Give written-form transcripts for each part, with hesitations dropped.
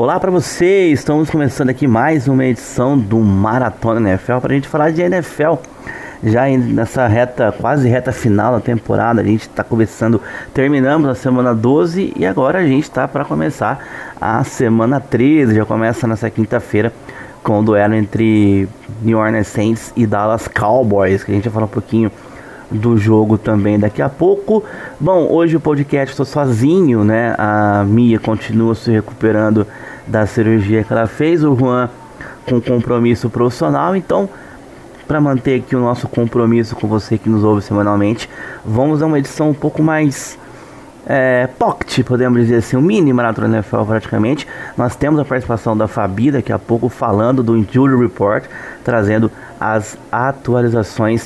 Olá para você, estamos começando aqui mais uma edição do Maratona NFL para a gente falar de NFL. Já nessa quase reta final da temporada, a gente está terminamos a semana 12 e agora a gente está para começar a semana 13, já começa nessa quinta-feira com o duelo entre New Orleans Saints e Dallas Cowboys, que a gente vai falar um pouquinho do jogo também daqui a pouco. Bom, hoje o podcast estou sozinho, né? A Mia continua se recuperando da cirurgia que ela fez, o Juan com compromisso profissional. Então, para manter aqui o nosso compromisso com você que nos ouve semanalmente, vamos a uma edição um pouco mais pocket, podemos dizer assim, um mini Maratona NFL praticamente. Nós temos a participação da Fabi daqui a pouco falando do Injury Report, trazendo as atualizações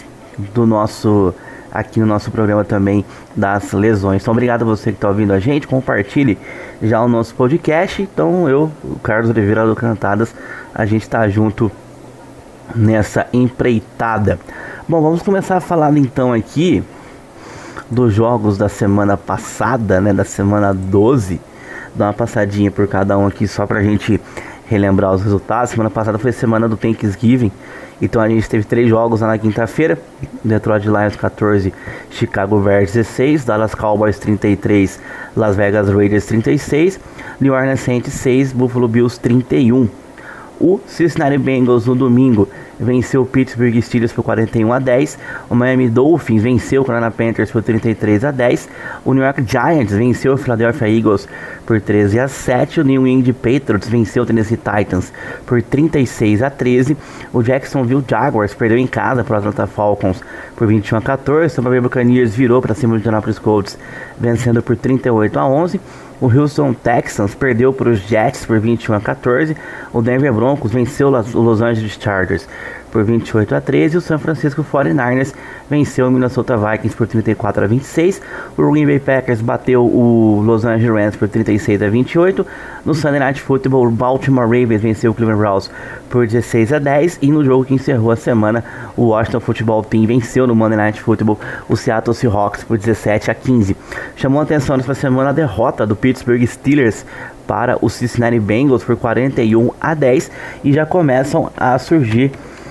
aqui no nosso programa também das lesões. Então obrigado a você que está ouvindo a gente, compartilhe já o nosso podcast. Então o Carlos Oliveira do Cantadas, a gente está junto nessa empreitada. Bom, vamos começar a falar então aqui dos jogos da semana passada, né, da semana 12. Dar uma passadinha por cada um aqui só pra gente relembrar os resultados. Semana passada foi semana do Thanksgiving, então a gente teve 3 jogos lá na quinta-feira: Detroit Lions 14, Chicago Bears 16, Dallas Cowboys 33, Las Vegas Raiders 36, New Orleans Saints 6, Buffalo Bills 31. O Cincinnati Bengals no domingo venceu o Pittsburgh Steelers por 41-10. O Miami Dolphins venceu o Carolina Panthers por 33-10. O New York Giants venceu o Philadelphia Eagles por 13-7. O New England Patriots venceu o Tennessee Titans por 36-13. O Jacksonville Jaguars perdeu em casa para o Atlanta Falcons por 21-14. O Tampa Bay Buccaneers virou para cima do Indianapolis Colts, vencendo por 38-11. O Houston Texans perdeu para os Jets por 21-14. O Denver Broncos venceu o Los Angeles Chargers por 28-13. O San Francisco 49ers venceu o Minnesota Vikings por 34-26. O Green Bay Packers bateu o Los Angeles Rams por 36-28. No Sunday Night Football, o Baltimore Ravens venceu o Cleveland Browns por 16-10. E no jogo que encerrou a semana, o Washington Football Team venceu no Monday Night Football o Seattle Seahawks por 17-15. Chamou a atenção nessa semana a derrota do Pittsburgh Steelers para o Cincinnati Bengals por 41-10, e já começam a surgir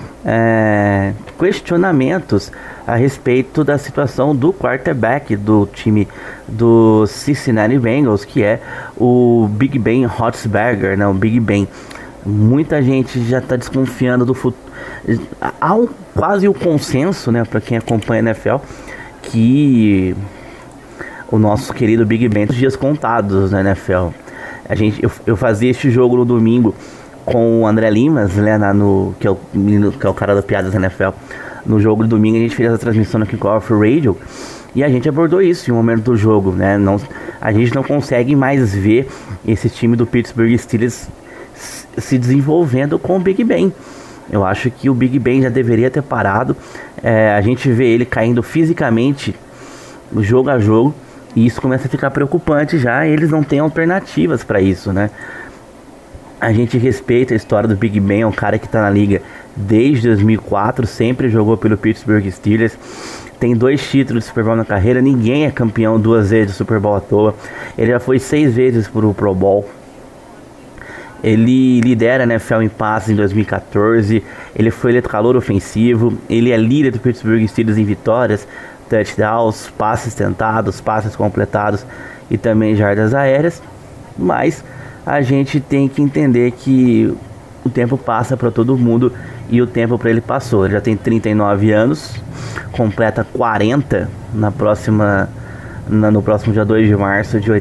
questionamentos a respeito da situação do quarterback do time do Cincinnati Bengals, que é o Big Ben Roethlisberger, né? O Big Ben. Muita gente já está desconfiando do futuro. Há quase o consenso, né, para quem acompanha a NFL, que o nosso querido Big Ben tem os dias contados na NFL. Eu fazia este jogo no domingo com o André Limas, né, que é o cara da Piadas da NFL. No jogo de domingo a gente fez essa transmissão no Kickoff Radio e a gente abordou isso em um momento do jogo, né? A gente não consegue mais ver esse time do Pittsburgh Steelers se desenvolvendo com o Big Ben. Eu acho que o Big Ben já deveria ter parado. A gente vê ele caindo fisicamente jogo a jogo, e isso começa a ficar preocupante já. Eles não têm alternativas para isso, né? A gente respeita a história do Big Ben, é um cara que está na liga desde 2004, sempre jogou pelo Pittsburgh Steelers, tem 2 títulos de Super Bowl na carreira, ninguém é campeão 2 vezes de Super Bowl à toa. Ele já foi 6 vezes pro Pro Bowl. Ele lidera a NFL em passes em 2014, ele foi eleito calor ofensivo, ele é líder do Pittsburgh Steelers em vitórias, touchdowns, passes tentados, passes completados e também jardas aéreas. Mas a gente tem que entender que o tempo passa para todo mundo, e o tempo para ele passou. Ele já tem 39 anos, completa 40 no próximo dia 2 de março de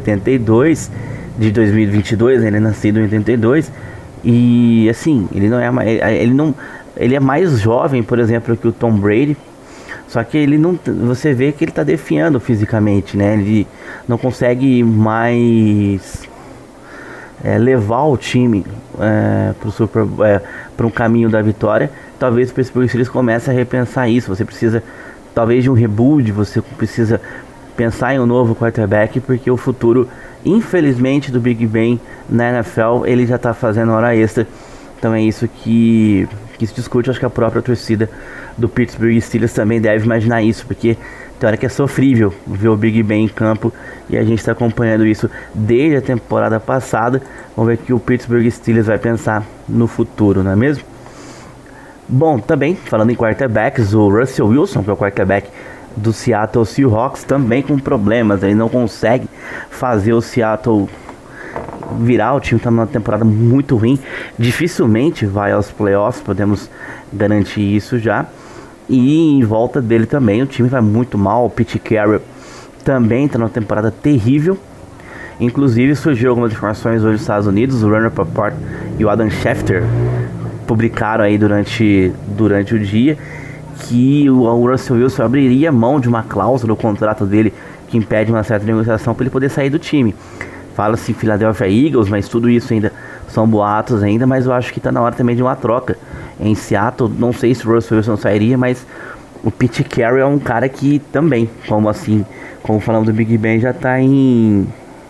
2022, ele é nascido em 82, e assim, ele é mais jovem, por exemplo, que o Tom Brady. Só que você vê que ele está definhando fisicamente, né? Ele não consegue mais levar o time para um caminho da vitória. Talvez o Pittsburgh Steelers comece a repensar isso. Você precisa talvez de um rebuild, você precisa pensar em um novo quarterback, porque o futuro, infelizmente, do Big Ben na NFL, ele já está fazendo hora extra. Então é isso que se discute. Acho que a própria torcida do Pittsburgh Steelers também deve imaginar isso, porque tem hora que é sofrível ver o Big Ben em campo, e a gente está acompanhando isso desde a temporada passada. Vamos ver o que o Pittsburgh Steelers vai pensar no futuro, não é mesmo? Bom, também falando em quarterbacks, o Russell Wilson, que é o quarterback do Seattle Seahawks, também com problemas. Ele não consegue fazer o Seattle virar. O time está numa temporada muito ruim, dificilmente vai aos playoffs, podemos garantir isso já. E em volta dele também o time vai muito mal. O Pete Carroll também está numa temporada terrível. Inclusive surgiu algumas informações hoje nos Estados Unidos. O Runner Papart e o Adam Schefter publicaram aí durante o dia que o Russell Wilson abriria mão de uma cláusula no contrato dele que impede uma certa negociação para ele poder sair do time. Fala-se em Philadelphia Eagles, mas tudo isso ainda são boatos ainda, mas eu acho que está na hora também de uma troca. Em Seattle, não sei se o Russell Wilson sairia, mas o Pete Carroll é um cara que também, como falamos do Big Ben, já está em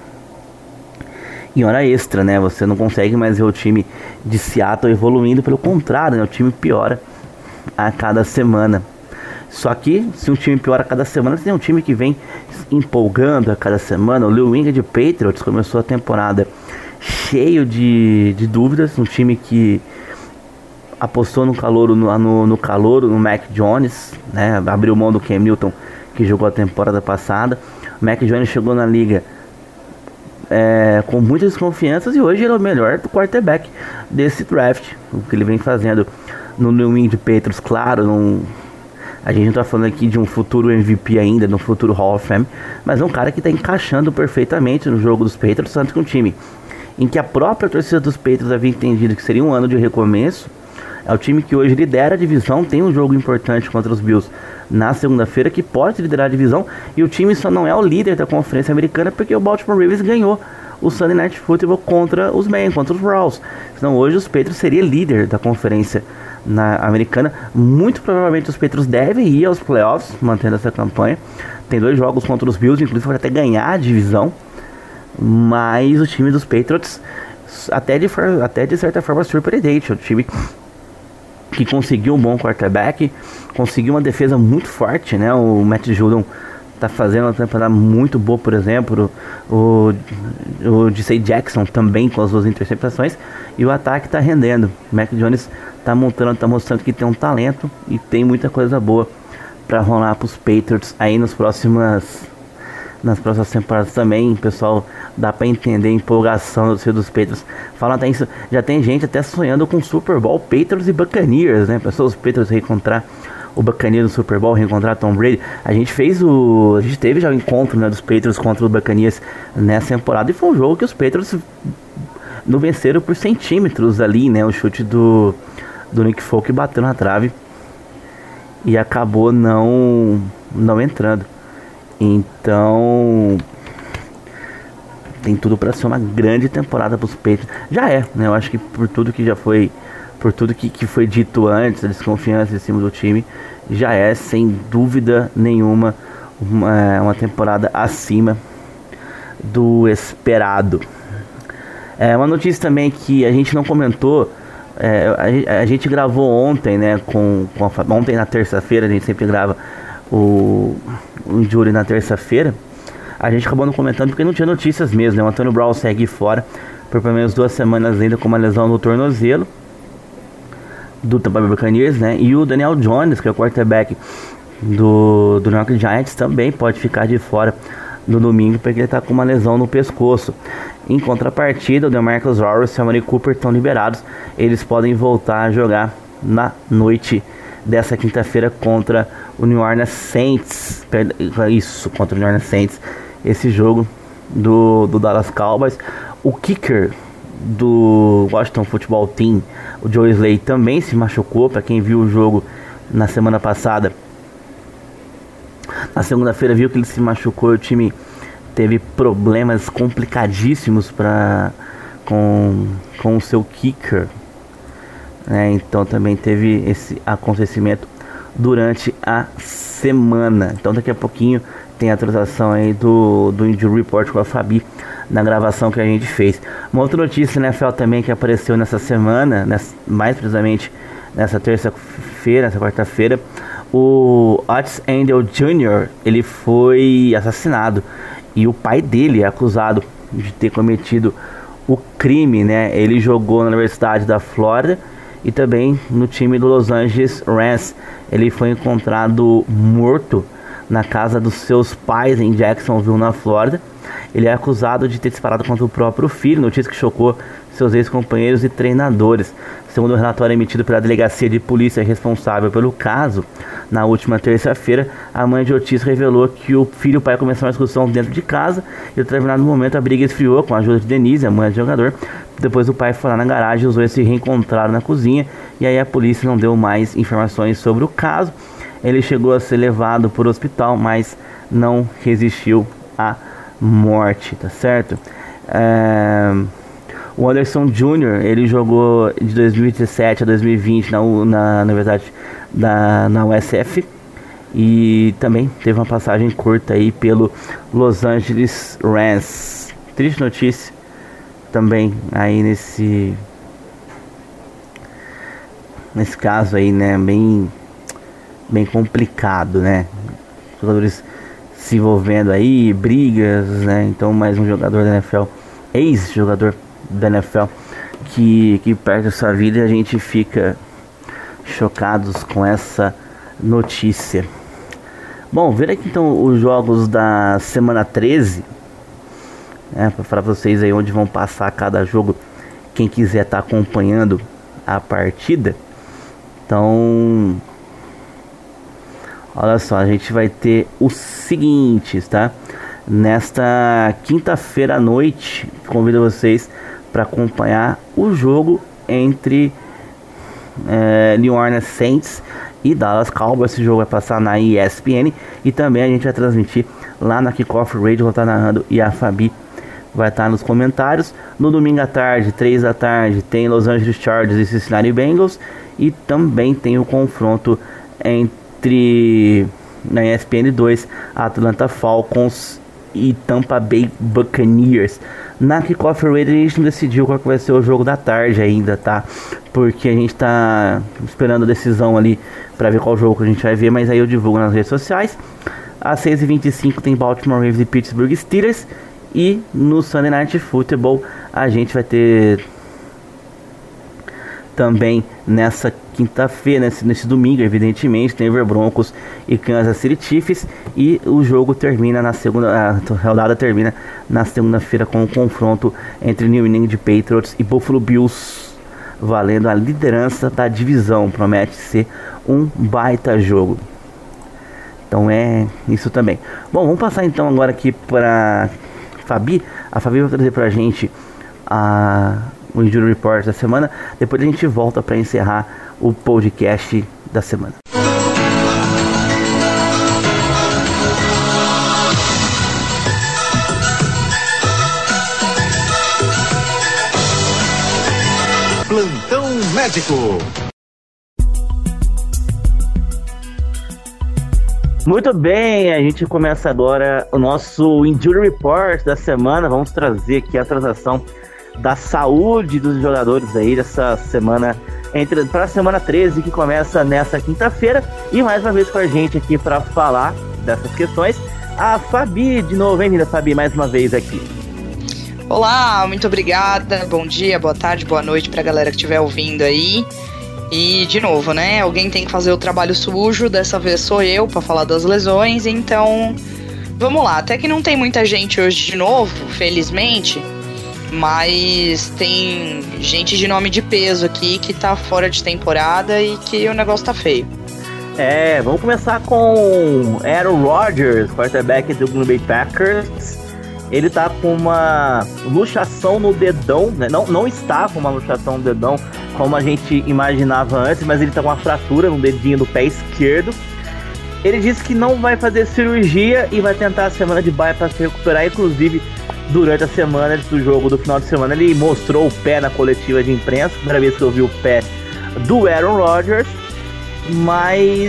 hora extra, né? Você não consegue mais ver o time de Seattle evoluindo, pelo contrário, né? O time piora a cada semana. Só que se um time piora a cada semana, você tem um time que vem empolgando a cada semana. O New England Patriots começou a temporada cheio de dúvidas, um time que apostou no calouro, no Mac Jones, né? Abriu mão do Cam Newton, que jogou a temporada passada. O Mac Jones chegou na liga com muitas desconfianças, e hoje ele é o melhor do quarterback desse draft. O que ele vem fazendo no New England Patriots, claro, a gente não está falando aqui de um futuro MVP ainda, de um futuro Hall of Fame, mas é um cara que está encaixando perfeitamente no jogo dos Patriots, tanto que um time em que a própria torcida dos Patriots havia entendido que seria um ano de recomeço. É o time que hoje lidera a divisão, tem um jogo importante contra os Bills na segunda-feira, que pode liderar a divisão, e o time só não é o líder da Conferência Americana porque o Baltimore Ravens ganhou o Sunday Night Football contra os Browns. Senão hoje os Patriots seria líder da Conferência Americana. Muito provavelmente os Patriots devem ir aos playoffs, mantendo essa campanha. Tem 2 jogos contra os Bills, inclusive pode até ganhar a divisão, mas o time dos Patriots até de certa forma surpreendente. O time que conseguiu um bom quarterback, conseguiu uma defesa muito forte, né? O Matt Judon tá fazendo uma temporada muito boa, por exemplo. O J.C. Jackson também com as 2 interceptações, e o ataque tá rendendo. O Mac Jones tá mostrando que tem um talento e tem muita coisa boa para rolar pros Patriots aí nas próximas temporadas também. Pessoal, dá para entender a empolgação dos Patriots. Falando até isso, já tem gente até sonhando com Super Bowl Patriots e Buccaneers, né? Pessoal, os Patriots reencontrar o Buccaneers no Super Bowl, reencontrar Tom Brady. A gente teve já o encontro, né, dos Patriots contra os Buccaneers nessa temporada, e foi um jogo que os Patriots não venceram por centímetros ali, né? O chute do Nick Folk bateu na trave e acabou não entrando. Então tem tudo para ser uma grande temporada para os Patriots. Já é, né? Eu acho que por tudo que foi dito antes, a desconfiança em cima do time, já é sem dúvida nenhuma uma temporada acima do esperado. Uma notícia também que a gente não comentou. A gente gravou ontem, né? Ontem na terça-feira, a gente sempre grava o Injury na terça-feira. A gente acabou não comentando porque não tinha notícias mesmo, né? O Antonio Brown segue fora por pelo menos 2 semanas ainda com uma lesão no tornozelo do Tampa Bay Buccaneers, né? E o Daniel Jones, que é o quarterback do New York Giants, também pode ficar de fora no domingo porque ele está com uma lesão no pescoço. Em contrapartida, o DeMarcus Lawrence e o Amari Cooper estão liberados. Eles podem voltar a jogar na noite dessa quinta-feira contra o New Orleans Saints. Contra o New Orleans Saints. Esse jogo do Dallas Cowboys. O kicker do Washington Football Team, o Joe Slay, também se machucou. Para quem viu o jogo na semana passada, na segunda-feira, viu que ele se machucou. O time teve problemas complicadíssimos com o seu kicker, né? Então também teve esse acontecimento durante a semana. Então daqui a pouquinho tem a atualização aí do Injury Report com a Fabi na gravação que a gente fez. Uma outra notícia na NFL também que apareceu nessa semana, mais precisamente nessa terça-feira, nessa quarta-feira, o Otis Andel Jr., ele foi assassinado e o pai dele é acusado de ter cometido o crime, né? Ele jogou na Universidade da Flórida e também no time do Los Angeles Rams. Ele foi encontrado morto na casa dos seus pais em Jacksonville, na Flórida. Ele é acusado de ter disparado contra o próprio filho, notícia que chocou seus ex-companheiros e treinadores. Segundo o relatório emitido pela delegacia de polícia responsável pelo caso, na última terça-feira, a mãe de Otis revelou que o filho e o pai começaram uma discussão dentro de casa e, em determinado momento, a briga esfriou com a ajuda de Denise, a mãe do jogador. Depois o pai foi lá na garagem e os dois se reencontraram na cozinha, e aí a polícia não deu mais informações sobre o caso. Ele chegou a ser levado para o hospital, mas não resistiu à morte, tá certo? O Anderson Jr., ele jogou de 2017 a 2020 na verdade na USF e também teve uma passagem curta aí pelo Los Angeles Rams. Triste notícia também aí nesse caso aí, né? Bem complicado, né? Jogadores se envolvendo aí, brigas, né? Então mais um jogador da NFL, ex-jogador da NFL, que perde a sua vida, e a gente fica chocados com essa notícia. Bom, ver aqui então os jogos da semana 13, né, para falar para vocês aí onde vão passar cada jogo, quem quiser estar acompanhando a partida. Então, olha só, a gente vai ter os seguintes, tá? Nesta quinta-feira à noite, convido vocês para acompanhar o jogo entre New Orleans Saints e Dallas Cowboys. Esse jogo vai passar na ESPN e também a gente vai transmitir lá na Kickoff Radio. Vou estar narrando e a Fabi vai estar nos comentários. No domingo à tarde, 3 da tarde, tem Los Angeles Chargers e Cincinnati Bengals, e também tem o confronto entre, na ESPN 2, Atlanta Falcons e Tampa Bay Buccaneers. Na Kickoff Radio a gente não decidiu qual que vai ser o jogo da tarde ainda, tá? Porque a gente tá esperando a decisão ali para ver qual jogo que a gente vai ver, mas aí eu divulgo nas redes sociais. Às 6h25 tem Baltimore Ravens e Pittsburgh Steelers, e no Sunday Night Football a gente vai ter também nessa quinta-feira, nesse domingo, evidentemente, Denver Broncos e Kansas City Chiefs, e o jogo termina na segunda, a rodada termina na segunda-feira com o confronto entre New England Patriots e Buffalo Bills, valendo a liderança da divisão. Promete ser um baita jogo. Então é isso também. Bom, vamos passar então agora aqui para Fabi. A Fabi vai trazer pra gente o Injury Report da semana. Depois a gente volta para encerrar o podcast da semana. Plantão Médico. Muito bem, a gente começa agora o nosso Injury Report da semana. Vamos trazer aqui a atualização da saúde dos jogadores aí dessa semana, para a semana 13, que começa nessa quinta-feira. E mais uma vez com a gente aqui para falar dessas questões, a Fabi, de novo. Bem-vinda, Fabi, mais uma vez aqui. Olá, muito obrigada, bom dia, boa tarde, boa noite pra galera que estiver ouvindo aí. E de novo, né, alguém tem que fazer o trabalho sujo, dessa vez sou eu pra falar das lesões, então vamos lá. Até que não tem muita gente hoje de novo, felizmente, mas tem gente de nome de peso aqui que tá fora de temporada e que o negócio tá feio. Vamos começar com Aaron Rodgers, quarterback do Green Bay Packers. Ele tá com uma luxação no dedão, né? Não está com uma luxação no dedão como a gente imaginava antes, mas ele tá com uma fratura no dedinho do pé esquerdo. Ele disse que não vai fazer cirurgia e vai tentar a semana de bye para se recuperar. Inclusive, durante a semana do jogo do final de semana, ele mostrou o pé na coletiva de imprensa. Primeira vez que eu vi o pé do Aaron Rodgers. Mas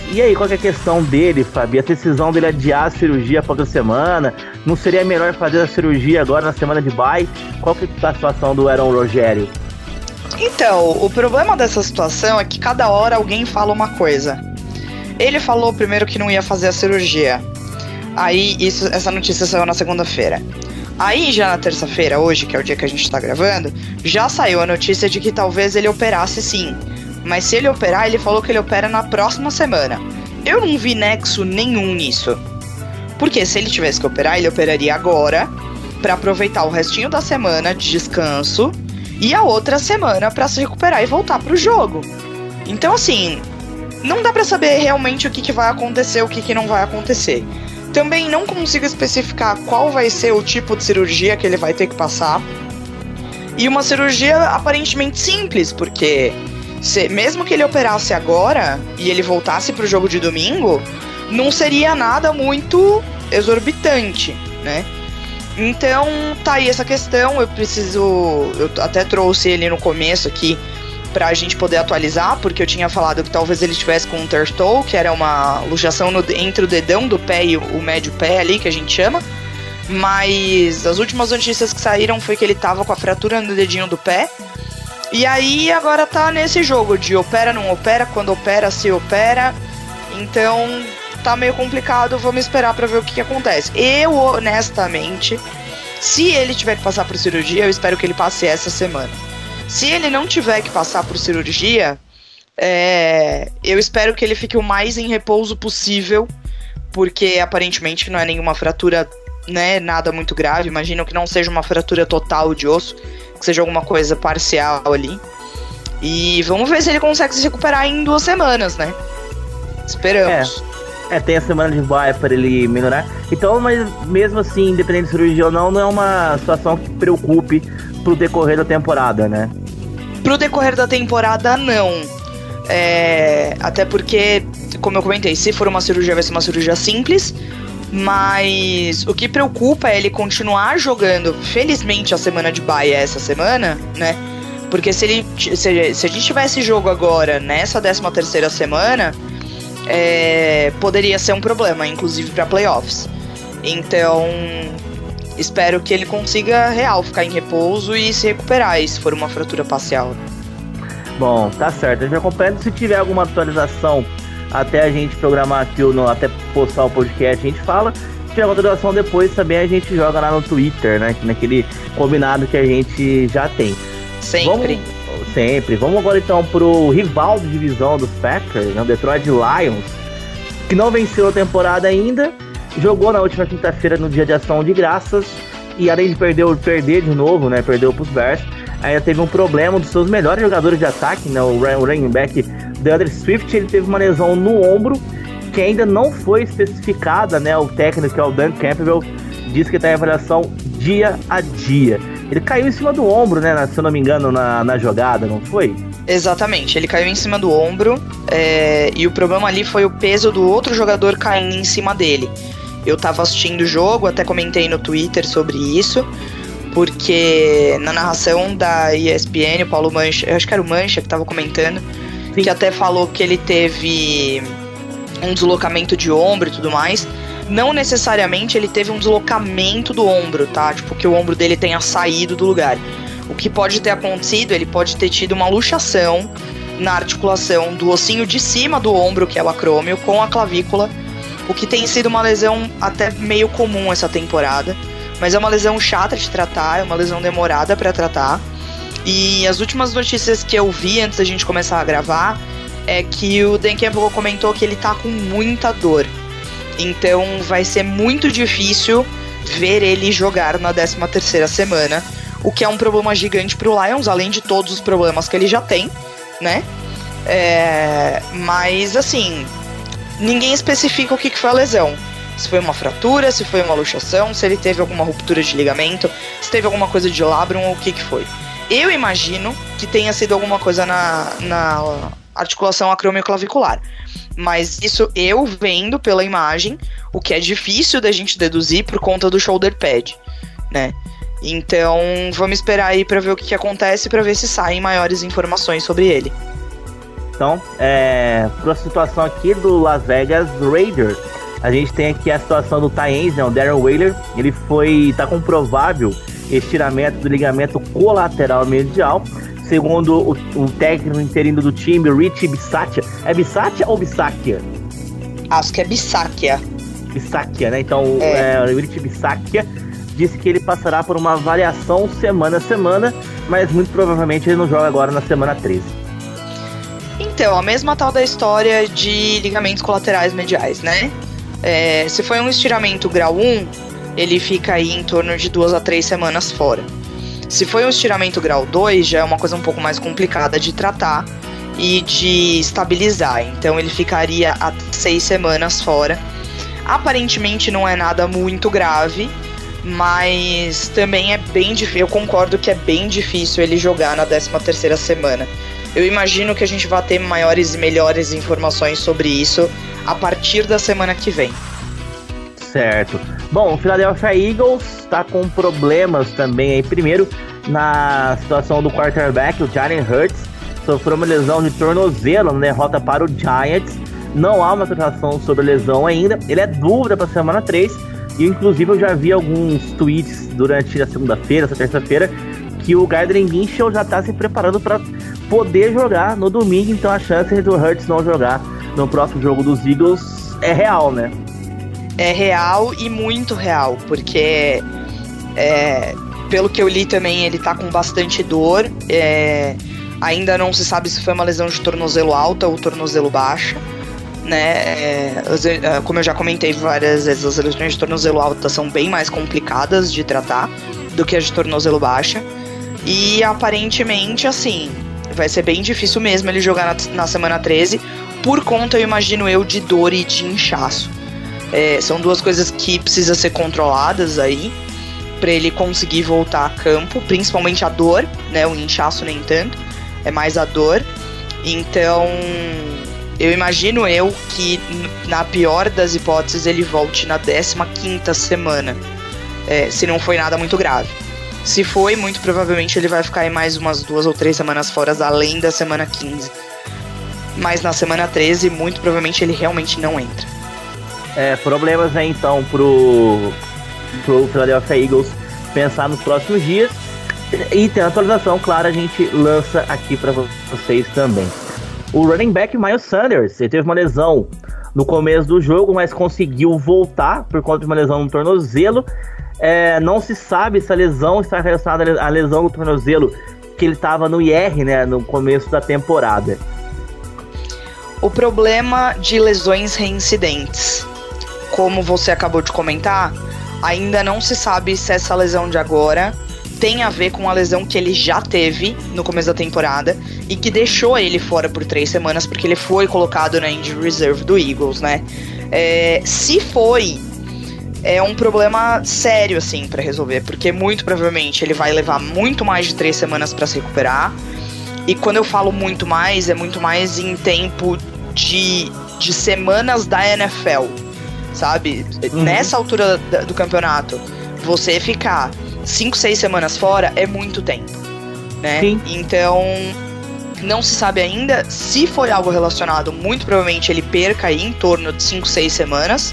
E aí, qual que é a questão dele, Fabi? A decisão dele adiar a cirurgia para outra semana? Não seria melhor fazer a cirurgia agora na semana de bye? Qual que é a situação do Aaron Rogério? Então, o problema dessa situação é que cada hora alguém fala uma coisa. Ele falou primeiro que não ia fazer a cirurgia. Aí, essa notícia saiu na segunda-feira. Aí, já na terça-feira, hoje, que é o dia que a gente tá gravando, já saiu a notícia de que talvez ele operasse sim. Mas se ele operar, ele falou que ele opera na próxima semana. Eu não vi nexo nenhum nisso. Porque se ele tivesse que operar, ele operaria agora, pra aproveitar o restinho da semana de descanso, e a outra semana pra se recuperar e voltar pro jogo. Então, assim, não dá pra saber realmente o que vai acontecer, o que não vai acontecer. Também não consigo especificar qual vai ser o tipo de cirurgia que ele vai ter que passar. E uma cirurgia aparentemente simples, porque mesmo que ele operasse agora e ele voltasse pro jogo de domingo, não seria nada muito exorbitante, né? Então, tá aí essa questão. Eu até trouxe ele no começo aqui pra gente poder atualizar, porque eu tinha falado que talvez ele estivesse com um turtle, que era uma luxação entre o dedão do pé e o médio pé ali, que a gente chama. Mas as últimas notícias que saíram foi que ele tava com a fratura no dedinho do pé. E aí agora tá nesse jogo de opera, não opera, quando opera, se opera. Então tá meio complicado, vamos esperar pra ver o que acontece. Eu, honestamente, se ele tiver que passar por cirurgia, eu espero que ele passe essa semana. Se ele não tiver que passar por cirurgia, eu espero que ele fique o mais em repouso possível, porque aparentemente não é nenhuma fratura, né, nada muito grave. Imagino que não seja uma fratura total de osso, que seja alguma coisa parcial ali. E vamos ver se ele consegue se recuperar em 2 semanas, né? Esperamos. Tem a semana de bye para ele melhorar. Então, mas mesmo assim, independente de cirurgia ou não é uma situação que preocupe pro decorrer da temporada, né? Pro decorrer da temporada, não. Até porque, como eu comentei, se for uma cirurgia, vai ser uma cirurgia simples. Mas o que preocupa é ele continuar jogando. Felizmente a semana de bye é essa semana, né? Porque se a gente tivesse jogo agora, nessa 13ª semana, poderia ser um problema, inclusive para playoffs. Então, espero que ele consiga ficar em repouso e se recuperar, se for uma fratura parcial. Bom, tá certo. A gente acompanha. Se tiver alguma atualização até a gente programar aqui, até postar o podcast, a gente fala. Se tiver alguma atualização depois também a gente joga lá no Twitter, né? Naquele combinado que a gente já tem. Sempre. Vamos agora então pro rival de divisão dos Packers, né? O Detroit Lions, que não venceu a temporada ainda. Jogou na última quinta-feira no dia de ação de graças. E além de perder de novo, né? Perdeu pros Bears. Ainda teve um problema dos seus melhores jogadores de ataque, né? O running back DeAndre Swift, ele teve uma lesão no ombro que ainda não foi especificada, né? O técnico, que é o Dan Campbell, diz que está em avaliação dia a dia. Ele caiu em cima do ombro, né? Se eu não me engano, na jogada, não foi? Exatamente, ele caiu em cima do ombro, e o problema ali foi o peso do outro jogador caindo em cima dele. Eu tava assistindo o jogo, até comentei no Twitter sobre isso, porque na narração da ESPN, o Paulo Mancha, eu acho que era o Mancha que tava comentando, sim, que até falou que ele teve um deslocamento de ombro e tudo mais. Não necessariamente ele teve um deslocamento do ombro, tá? Tipo, que o ombro dele tenha saído do lugar. O que pode ter acontecido, ele pode ter tido uma luxação na articulação do ossinho de cima do ombro, que é o acrômio, com a clavícula, o que tem sido uma lesão até meio comum essa temporada. Mas é uma lesão chata de tratar, é uma lesão demorada pra tratar. E as últimas notícias que eu vi antes da gente começar a gravar é que o Dan Campbell comentou que ele tá com muita dor. Então vai ser muito difícil ver ele jogar na 13ª semana, o que é um problema gigante pro Lions, além de todos os problemas que ele já tem, né? Mas assim, ninguém especifica o que foi a lesão. Se foi uma fratura, se foi uma luxação, se ele teve alguma ruptura de ligamento, se teve alguma coisa de labrum, o que foi. Eu imagino que tenha sido alguma coisa na articulação acromioclavicular. Mas isso eu vendo pela imagem, o que é difícil da gente deduzir por conta do shoulder pad, né? Então vamos esperar aí pra ver o que acontece, pra ver se saem maiores informações sobre ele. Então, para a situação aqui do Las Vegas Raiders, a gente tem aqui a situação do tight end, né, o Darren Waller. Ele tá com provável estiramento do ligamento colateral medial, segundo o técnico interino do time, Rich Bisaccia. É Bisaccia ou Bisaccia? Acho que é Bisaccia. Bisaccia, né? Então, o Rich Bisaccia disse que ele passará por uma avaliação semana a semana, mas muito provavelmente ele não joga agora na semana 13. Então, a mesma tal da história de ligamentos colaterais mediais, né? Se foi um estiramento grau 1, ele fica aí em torno de 2 a 3 semanas fora. Se foi um estiramento grau 2, já é uma coisa um pouco mais complicada de tratar e de estabilizar. Então ele ficaria a 6 semanas fora. Aparentemente não é nada muito grave, mas também é bem difícil. Eu concordo que é bem difícil ele jogar na 13ª semana. Eu imagino que a gente vai ter maiores e melhores informações sobre isso a partir da semana que vem. Certo. Bom, o Philadelphia Eagles está com problemas também aí. Primeiro, na situação do quarterback, o Jalen Hurts sofreu uma lesão de tornozelo na derrota para o Giants. Não há uma atualização sobre a lesão ainda. Ele é dúvida para a semana 3. E inclusive eu já vi alguns tweets durante a segunda-feira, essa terça-feira, que o Gardner Minshew já está se preparando para poder jogar no domingo. Então a chance do Hurts não jogar no próximo jogo dos Eagles é real, né? É real e muito real, porque pelo que eu li também, ele tá com bastante dor. Ainda não se sabe se foi uma lesão de tornozelo alta ou tornozelo baixa, né? Como eu já comentei várias vezes, as lesões de tornozelo alta são bem mais complicadas de tratar do que as de tornozelo baixa. E aparentemente, assim, vai ser bem difícil mesmo ele jogar na semana 13, por conta, eu imagino eu, de dor e de inchaço. São duas coisas que precisam ser controladas aí para ele conseguir voltar a campo, principalmente a dor, né? O inchaço nem tanto, é mais a dor. Então, eu imagino eu que na pior das hipóteses ele volte na 15ª semana, se não foi nada muito grave. Se foi, muito provavelmente ele vai ficar aí mais umas 2 ou 3 semanas fora, além da semana 15. Mas na semana 13, muito provavelmente ele realmente não entra. Problemas aí então pro Philadelphia Eagles pensar nos próximos dias. E tem a atualização, claro, a gente lança aqui para vocês também. O running back Miles Sanders, ele teve uma lesão no começo do jogo, mas conseguiu voltar por conta de uma lesão no tornozelo. Não se sabe se a lesão está relacionada à lesão do tornozelo que ele estava no IR, né, no começo da temporada. O problema de lesões reincidentes, como você acabou de comentar, ainda não se sabe se essa lesão de agora tem a ver com a lesão que ele já teve no começo da temporada e que deixou ele fora por 3 semanas, porque ele foi colocado na injury reserve do Eagles, né? Se foi, é um problema sério, assim, pra resolver, porque muito provavelmente ele vai levar muito mais de 3 semanas pra se recuperar. E quando eu falo muito mais, é muito mais em tempo de semanas da NFL, sabe? Nessa altura do campeonato, você ficar 5, 6 semanas fora é muito tempo, né? Sim. Então, não se sabe ainda se foi algo relacionado. Muito provavelmente ele perca aí em torno de 5, 6 semanas.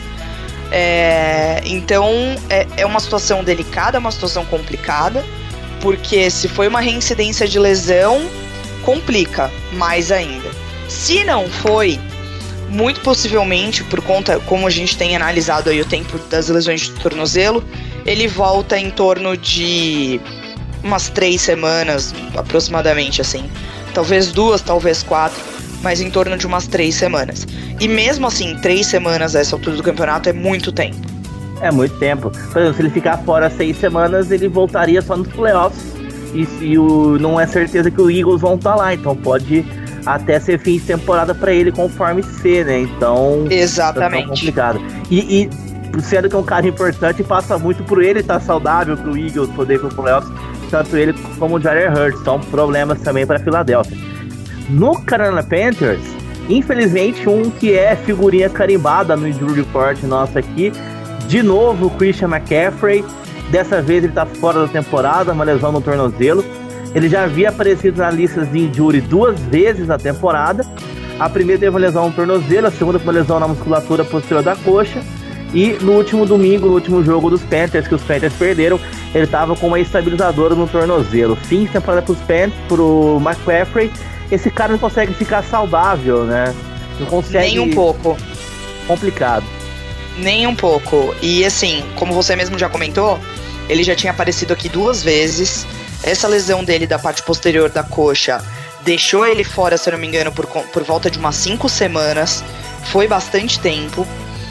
Então, é uma situação delicada, é uma situação complicada, porque se foi uma reincidência de lesão, complica mais ainda. Se não foi, muito possivelmente, por conta, como a gente tem analisado aí o tempo das lesões de tornozelo, ele volta em torno de umas 3 semanas, aproximadamente, assim. Talvez 2, talvez 4, mas em torno de umas 3 semanas. E mesmo assim, 3 semanas a essa altura do campeonato é muito tempo. É muito tempo. Por exemplo, se ele ficar fora 6 semanas, ele voltaria só nos playoffs. E não é certeza que os Eagles vão estar lá, então pode até ser fim de temporada para ele conforme ser, né? Então, exatamente. É complicado. E sendo que é um cara importante, passa muito por ele estar saudável, pro Eagles poder ir pro playoffs, tanto ele como o Jalen Hurts. São problemas também para Filadélfia. No Carolina Panthers, infelizmente, um que é figurinha carimbada no injury report nosso aqui, de novo o Christian McCaffrey. Dessa vez ele está fora da temporada, uma lesão no tornozelo. Ele já havia aparecido na lista de injury 2 vezes na temporada, A primeira teve uma lesão no tornozelo, a segunda foi uma lesão na musculatura posterior da coxa. E no último domingo, no último jogo dos Panthers, que os Panthers perderam, ele estava com uma estabilizadora no tornozelo. Fim de temporada pro McCaffrey, esse cara não consegue ficar saudável, né? Não consegue... Nem um pouco. Complicado. Nem um pouco. E assim, como você mesmo já comentou, ele já tinha aparecido aqui 2 vezes. Essa lesão dele da parte posterior da coxa deixou ele fora, se eu não me engano, por volta de umas 5 semanas. Foi bastante tempo.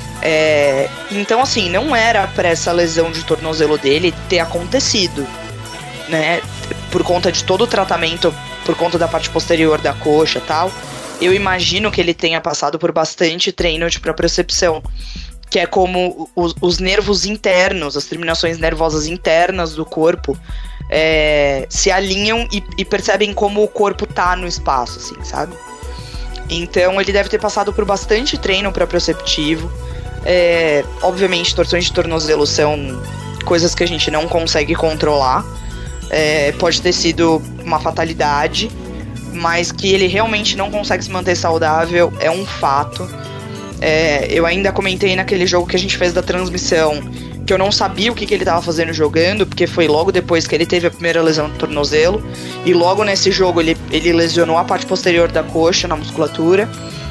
Então assim, não era para essa lesão de tornozelo dele ter acontecido, né? Por conta de todo o tratamento, por conta da parte posterior da coxa e tal. Eu imagino que ele tenha passado por bastante treino de propriocepção, que é como os nervos internos, as terminações nervosas internas do corpo se alinham e percebem como o corpo tá no espaço, assim, sabe? Então ele deve ter passado por bastante treino proprioceptivo. Obviamente, torções de tornozelo são coisas que a gente não consegue controlar. Pode ter sido uma fatalidade, mas que ele realmente não consegue se manter saudável é um fato. Eu ainda comentei naquele jogo que a gente fez da transmissão que eu não sabia o que ele estava fazendo jogando, porque foi logo depois que ele teve a primeira lesão do tornozelo, e logo nesse jogo ele lesionou a parte posterior da coxa, na musculatura.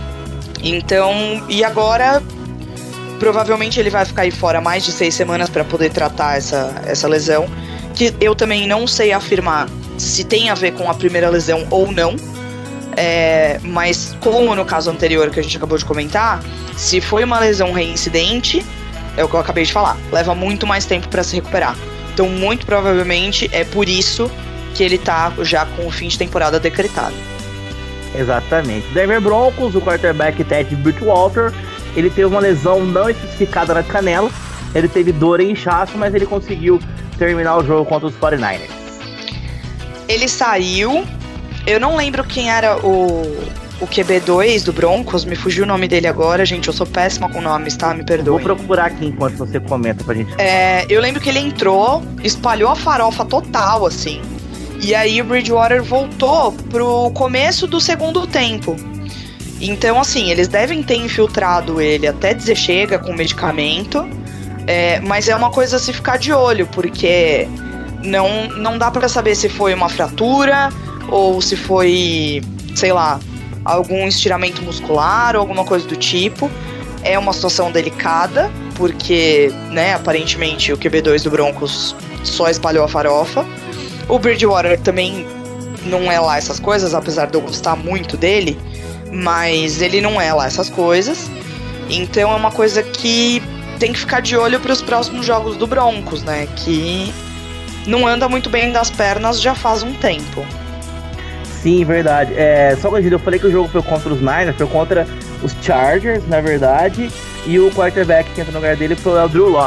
Então, e agora provavelmente ele vai ficar aí fora mais de 6 semanas para poder tratar essa lesão, que eu também não sei afirmar se tem a ver com a primeira lesão ou não. Mas como no caso anterior que a gente acabou de comentar, se foi uma lesão reincidente, é o que eu acabei de falar, leva muito mais tempo para se recuperar. Então muito provavelmente é por isso que ele tá já com o fim de temporada decretado. Exatamente. Denver Broncos, o quarterback Teddy Bridgewater, ele teve uma lesão não especificada na canela, ele teve dor e inchaço, mas ele conseguiu terminar o jogo contra os 49ers. Ele saiu, eu não lembro quem era o QB2 do Broncos, me fugiu o nome dele agora, gente, eu sou péssima com nomes, tá? Me perdoe. Vou procurar aqui enquanto você comenta pra gente. Eu lembro que ele entrou, espalhou a farofa total, assim, e aí o Bridgewater voltou pro começo do segundo tempo. Então, assim, eles devem ter infiltrado ele até dizer chega com medicamento, mas é uma coisa a se ficar de olho, porque não dá pra saber se foi uma fratura ou se foi, sei lá, algum estiramento muscular ou alguma coisa do tipo. É uma situação delicada, porque, né, aparentemente o QB2 do Broncos só espalhou a farofa. O Bridgewater também não é lá essas coisas, apesar de eu gostar muito dele, mas ele não é lá essas coisas. Então é uma coisa que tem que ficar de olho para os próximos jogos do Broncos, né, que não anda muito bem das pernas já faz um tempo. Sim, verdade. Só corrigindo, eu falei que o jogo foi contra os Niners, foi contra os Chargers, na verdade, e o quarterback que entra no lugar dele foi o Drew Lock.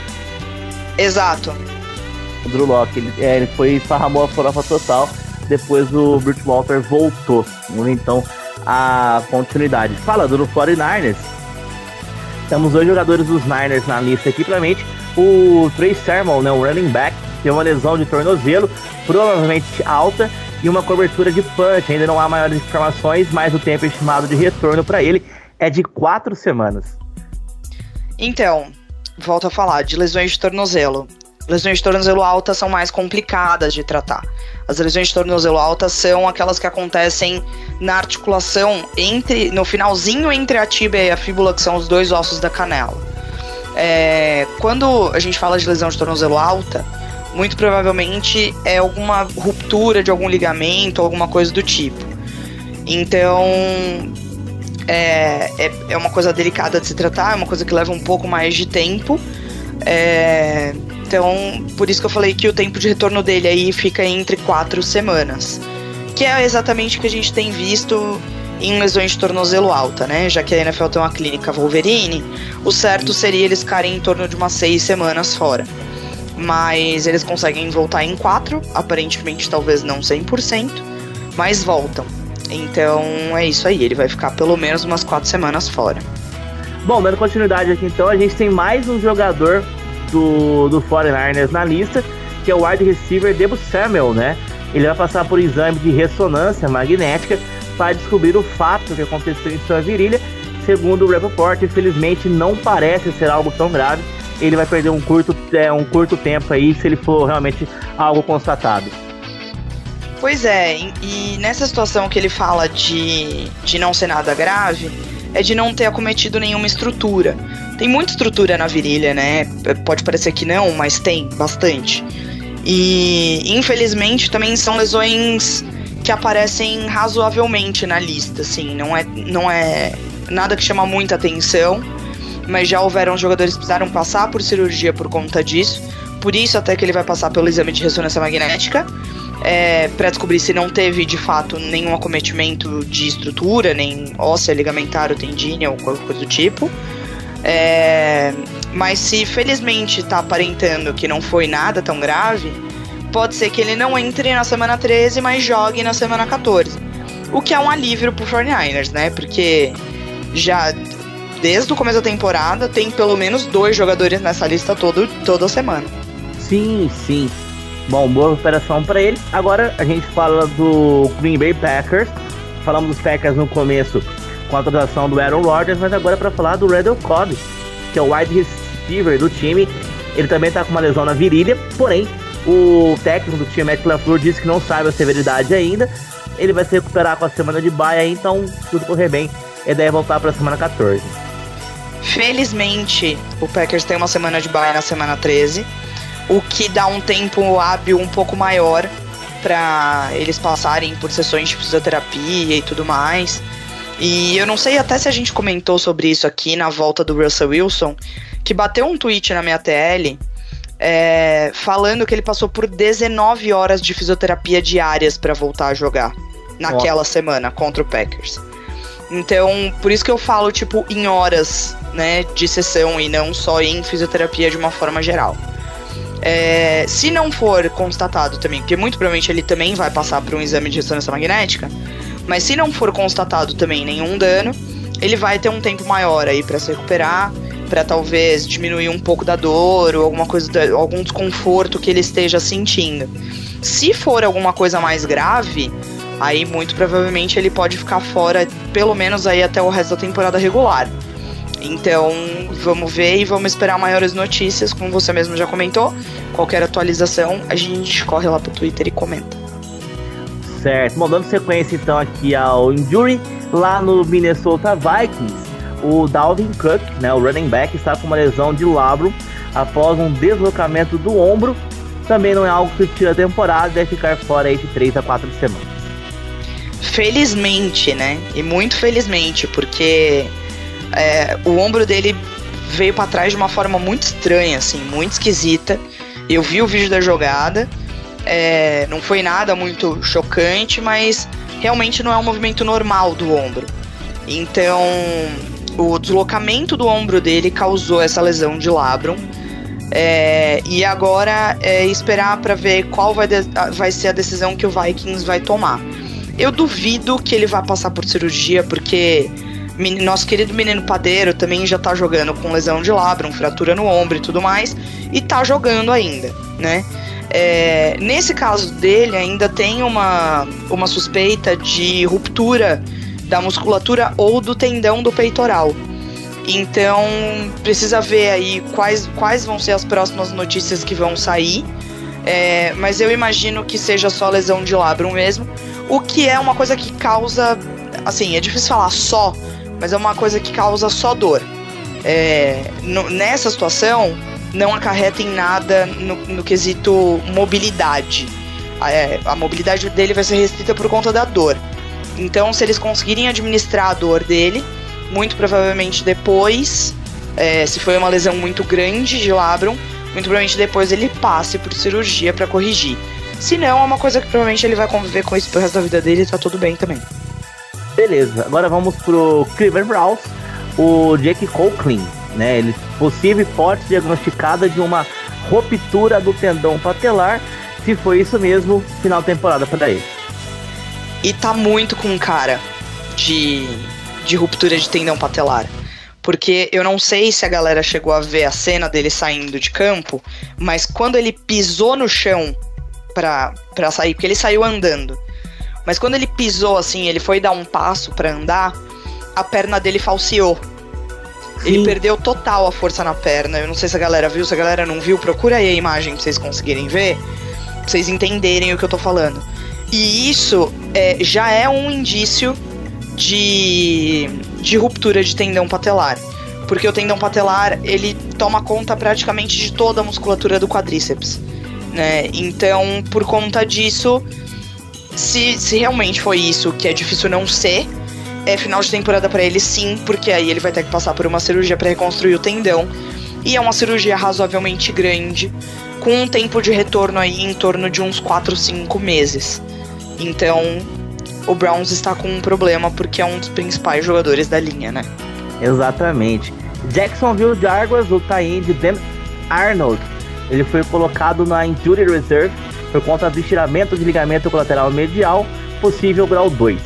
Exato. O Drew Lock, ele foi esparramou a farofa total, depois o Bridgewater voltou. Então, a continuidade. Falando do 49ers, temos 2 jogadores dos Niners na lista aqui, primeiramente o Trey Sermon, né, o running back, tem uma lesão de tornozelo, provavelmente alta, e uma cobertura de punch. Ainda não há maiores informações, mas o tempo estimado de retorno para ele é de 4 semanas. Então, volto a falar de lesões de tornozelo. Lesões de tornozelo alta são mais complicadas de tratar. As lesões de tornozelo alta são aquelas que acontecem na articulação no finalzinho entre a tíbia e a fíbula, que são os 2 ossos da canela. Quando a gente fala de lesão de tornozelo alta, muito provavelmente é alguma ruptura de algum ligamento, alguma coisa do tipo. Então, é uma coisa delicada de se tratar, é uma coisa que leva um pouco mais de tempo. Então, por isso que eu falei que o tempo de retorno dele aí fica entre 4 semanas. Que é exatamente o que a gente tem visto em lesões de tornozelo alta, né? Já que a NFL tem uma clínica Wolverine, o certo seria eles ficarem em torno de umas 6 semanas fora. Mas eles conseguem voltar em 4, aparentemente talvez não 100%, mas voltam. Então é isso aí, ele vai ficar pelo menos umas 4 semanas fora. Bom, dando continuidade aqui então, a gente tem mais um jogador do 49ers na lista, que é o wide receiver Deebo Samuel, né? Ele vai passar por exame de ressonância magnética vai descobrir o fato que aconteceu em sua virilha. Segundo o Rappaport, infelizmente não parece ser algo tão grave. Ele vai perder um curto tempo aí se ele for realmente algo constatado. Pois é, e nessa situação que ele fala de não ser nada grave, é de não ter acometido nenhuma estrutura. Tem muita estrutura na virilha, né? Pode parecer que não, mas tem bastante. E infelizmente também são lesões que aparecem razoavelmente na lista, assim, não é nada que chama muita atenção, mas já houveram jogadores que precisaram passar por cirurgia por conta disso, por isso até que ele vai passar pelo exame de ressonância magnética, para descobrir se não teve de fato nenhum acometimento de estrutura, nem óssea, ligamentar ou tendínea ou qualquer coisa do tipo. Mas se felizmente tá aparentando que não foi nada tão grave, pode ser que ele não entre na semana 13, mas jogue na semana 14. O que é um alívio pro 49ers, né? Porque já desde o começo da temporada tem pelo menos 2 jogadores nessa lista toda semana. Sim. Bom, boa recuperação para ele. Agora a gente fala do Green Bay Packers. Falamos dos Packers no começo com a atuação do Aaron Rodgers, mas agora para falar do Randall Cobb, que é o wide receiver do time. Ele também tá com uma lesão na virilha, porém o técnico do time, Matt LaFleur, disse que não sabe a severidade ainda. Ele vai se recuperar com a semana de bye aí, então se tudo correr bem, ele deve voltar para a semana 14. Felizmente, o Packers tem uma semana de bye na semana 13, o que dá um tempo hábil um pouco maior para eles passarem por sessões de fisioterapia e tudo mais. E eu não sei até se a gente comentou sobre isso aqui na volta do Russell Wilson, que bateu um tweet na minha TL falando que ele passou por 19 horas de fisioterapia diárias para voltar a jogar naquela semana contra o Packers. Então, por isso que eu falo, tipo, em horas, né, de sessão e não só em fisioterapia de uma forma geral. Se não for constatado também, porque muito provavelmente ele também vai passar por um exame de ressonância magnética, mas se não for constatado também nenhum dano, ele vai ter um tempo maior aí para se recuperar, para talvez diminuir um pouco da dor ou alguma coisa, algum desconforto que ele esteja sentindo. Se for alguma coisa mais grave, aí muito provavelmente ele pode ficar fora pelo menos aí até o resto da temporada regular. Então vamos ver e vamos esperar maiores notícias, como você mesmo já comentou. Qualquer atualização a gente corre lá pro Twitter e comenta. Certo, bom, dando sequência então aqui ao injury, lá no Minnesota Vikings, o Dalvin Cook, né, o running back, está com uma lesão de labrum após um deslocamento do ombro. Também não é algo que tira a temporada, deve ficar fora aí de 3 a 4 semanas. Felizmente, né, e muito felizmente, porque o ombro dele veio para trás de uma forma muito estranha, assim, muito esquisita. Eu vi o vídeo da jogada, não foi nada muito chocante, mas realmente não é um movimento normal do ombro. Então, o deslocamento do ombro dele causou essa lesão de labrum. E agora esperar para ver qual vai ser a decisão que o Vikings vai tomar. Eu duvido que ele vá passar por cirurgia, porque nosso querido menino padeiro também já tá jogando com lesão de labrum, fratura no ombro e tudo mais, e tá jogando ainda, né? Nesse caso dele ainda tem uma suspeita de ruptura da musculatura ou do tendão do peitoral. Então precisa ver aí quais vão ser as próximas notícias que vão sair, mas eu imagino que seja só lesão de labrum mesmo, o que é uma coisa que causa, assim, é difícil falar só, mas é uma coisa que causa só dor. Nessa situação não acarreta em nada no quesito mobilidade. A mobilidade dele vai ser restrita por conta da dor. Então, se eles conseguirem administrar a dor dele, muito provavelmente depois, se foi uma lesão muito grande de labrum, muito provavelmente depois ele passe por cirurgia para corrigir. Se não, é uma coisa que provavelmente ele vai conviver com isso pro resto da vida dele e tá tudo bem também. Beleza, agora vamos pro Cleveland Browns, o Jake Conklin, né? Ele possível hipótese diagnosticada de uma ruptura do tendão patelar. Se foi isso mesmo, final de temporada para ele. E tá muito com cara de ruptura de tendão patelar. Porque eu não sei se a galera chegou a ver a cena dele saindo de campo, mas quando ele pisou no chão pra sair, porque ele saiu andando, Mas quando ele pisou, assim, ele foi dar um passo pra andar, a perna dele falseou. Sim. Ele perdeu total a força na perna. Eu não sei se a galera viu, se a galera não viu, procura aí a imagem pra vocês conseguirem ver, pra vocês entenderem o que eu tô falando. E isso já é um indício de ruptura de tendão patelar. Porque o tendão patelar, ele toma conta praticamente de toda a musculatura do quadríceps, né? Então, por conta disso, se realmente foi isso, que é difícil não ser, é final de temporada pra ele sim, porque aí ele vai ter que passar por uma cirurgia pra reconstruir o tendão. E é uma cirurgia razoavelmente grande, com um tempo de retorno aí em torno de uns 4, 5 meses. Então, o Browns está com um problema, porque é um dos principais jogadores da linha, né? Exatamente. Jacksonville Jaguars, o tight end Dan Arnold, ele foi colocado na Injury Reserve por conta do estiramento de ligamento colateral medial, possível grau 2.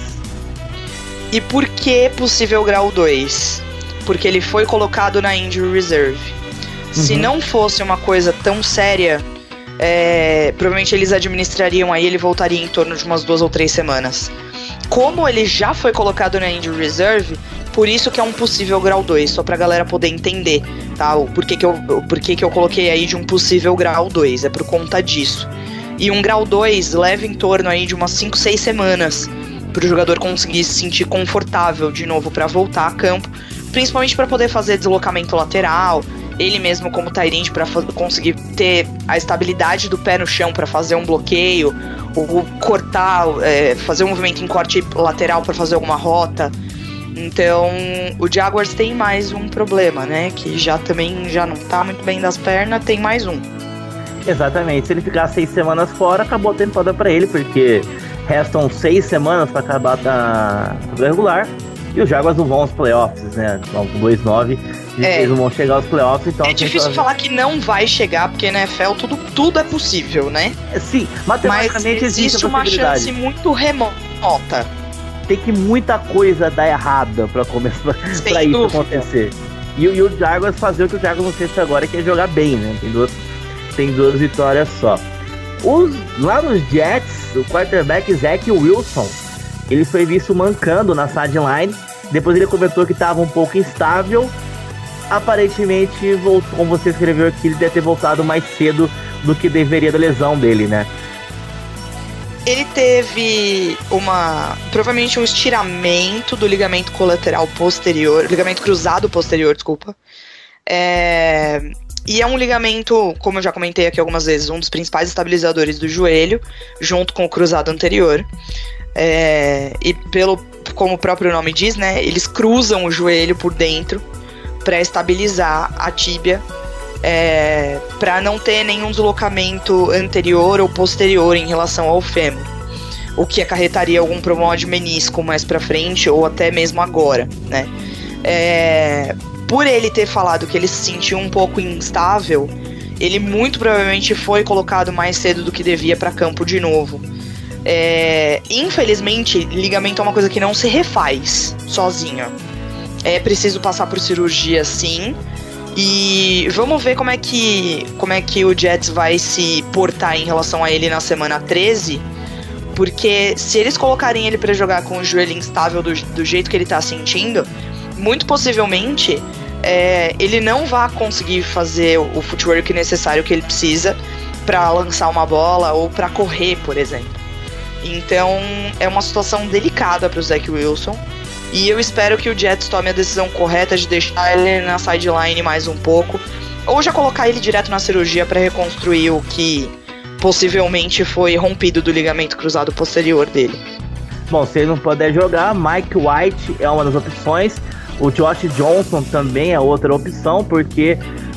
E por que possível grau 2? Porque ele foi colocado na Injury Reserve. Se não fosse uma coisa tão séria, provavelmente eles administrariam aí, ele voltaria em torno de umas 2 ou 3 semanas. Como ele já foi colocado na Injury Reserve, por isso que é um possível grau 2, só pra galera poder entender, tá? O porquê que eu coloquei aí de um possível grau 2, é por conta disso. E um grau 2 leva em torno aí de umas 5, 6 semanas pro jogador conseguir se sentir confortável de novo pra voltar a campo, principalmente pra poder fazer deslocamento lateral, ele mesmo como tight end pra conseguir ter a estabilidade do pé no chão pra fazer um bloqueio, ou cortar, fazer um movimento em corte lateral pra fazer alguma rota. Então, o Jaguars tem mais um problema, né? Que já não tá muito bem das pernas, tem mais um. Exatamente, se ele ficar 6 semanas fora, acabou a temporada pra ele, porque restam 6 semanas pra acabar a regular, e os Jaguars não vão aos playoffs, né? Então, com 2-9, eles não vão chegar aos playoffs, então... É difícil falar que não vai chegar, porque na NFL tudo é possível, né? Sim, matematicamente mas existe uma chance muito remota. Tem que muita coisa dar errada pra começar pra isso acontecer. E o Jaguars fazer o que o Jaguars não fez agora, que é jogar bem, né? Tem duas vitórias só. Lá nos Jets, o quarterback Zach Wilson, ele foi visto mancando na sideline. Depois ele comentou que estava um pouco instável. Aparentemente, como você escreveu aqui, ele deve ter voltado mais cedo do que deveria da lesão dele, né? Ele teve provavelmente um estiramento do ligamento colateral posterior, ligamento cruzado posterior, desculpa. E é um ligamento, como eu já comentei aqui algumas vezes, um dos principais estabilizadores do joelho, junto com o cruzado anterior. E como o próprio nome diz, né, eles cruzam o joelho por dentro para estabilizar a tíbia, para não ter nenhum deslocamento anterior ou posterior em relação ao fêmur, o que acarretaria algum problema de menisco mais para frente ou até mesmo agora, né? Por ele ter falado que ele se sentiu um pouco instável, ele muito provavelmente foi colocado mais cedo do que devia para campo de novo. Infelizmente, ligamento é uma coisa que não se refaz sozinho. É preciso passar por cirurgia, sim. E vamos ver como é que o Jets vai se portar em relação a ele na semana 13. Porque se eles colocarem ele pra jogar com o joelho instável do jeito que ele tá sentindo, muito possivelmente ele não vai conseguir fazer o footwork necessário que ele precisa pra lançar uma bola ou pra correr, por exemplo. Então é uma situação delicada pro Zach Wilson. E eu espero que o Jets tome a decisão correta de deixar ele na sideline mais um pouco, ou já colocar ele direto na cirurgia para reconstruir o que possivelmente foi rompido do ligamento cruzado posterior dele. Bom, se ele não puder jogar, Mike White é uma das opções. O Josh Johnson também é outra opção, porque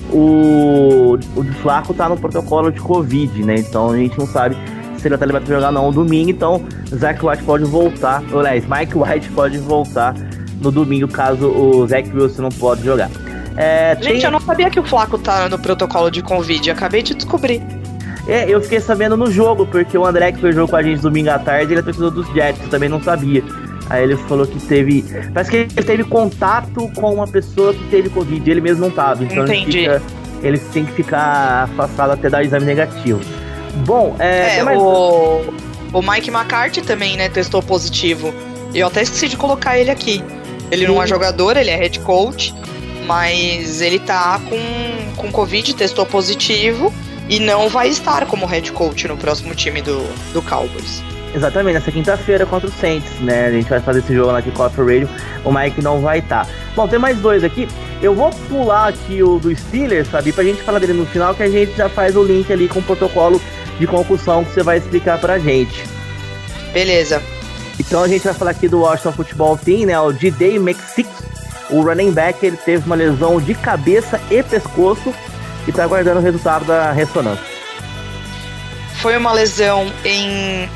o Flaco tá no protocolo de Covid, né? Então a gente não sabe se ele tá liberado pra jogar não no domingo. Então Zach White pode voltar, aliás, Mike White pode voltar no domingo caso o Zach Wilson não pode jogar. Gente, eu não sabia que o Flaco tá no protocolo de Covid, acabei de descobrir. Eu fiquei sabendo no jogo, porque o André que foi jogo com a gente domingo à tarde, ele é torcedor dos Jets, eu também não sabia. Aí ele falou que parece que ele teve contato com uma pessoa que teve Covid, ele mesmo não tava. Então ele tem que ficar afastado até dar exame negativo. Bom, O Mike McCarthy também, né, testou positivo. Eu até esqueci de colocar ele aqui. Ele não é jogador, ele é head coach, mas ele tá com Covid, testou positivo e não vai estar como head coach no próximo time do Cowboys. Exatamente, nessa quinta-feira contra o Saints, né? A gente vai fazer esse jogo na Kickoff Radio. O Mike não vai estar. Bom, tem mais 2 aqui. Eu vou pular aqui o do Steelers, sabe? Pra gente falar dele no final, que a gente já faz o link ali com o protocolo de concussão que você vai explicar pra gente. Beleza. Então a gente vai falar aqui do Washington Football Team, né? O J.D. McSick, o running back, ele teve uma lesão de cabeça e pescoço e tá aguardando o resultado da ressonância. Foi uma lesão em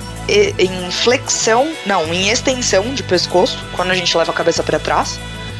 extensão de pescoço, quando a gente leva a cabeça para trás.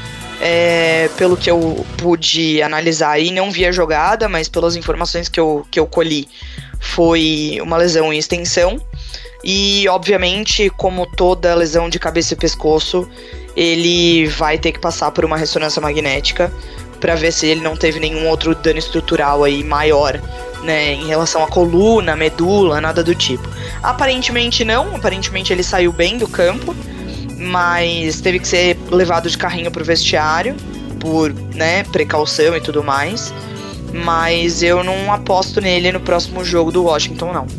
Pelo que eu pude analisar aí, não vi a jogada, mas pelas informações que eu colhi, foi uma lesão em extensão. E, obviamente, como toda lesão de cabeça e pescoço, ele vai ter que passar por uma ressonância magnética para ver se ele não teve nenhum outro dano estrutural aí maior, né, em relação à coluna, medula, nada do tipo. Aparentemente não, aparentemente ele saiu bem do campo, mas teve que ser levado de carrinho pro vestiário, por, né, precaução e tudo mais. Mas eu não aposto nele no próximo jogo do Washington, não.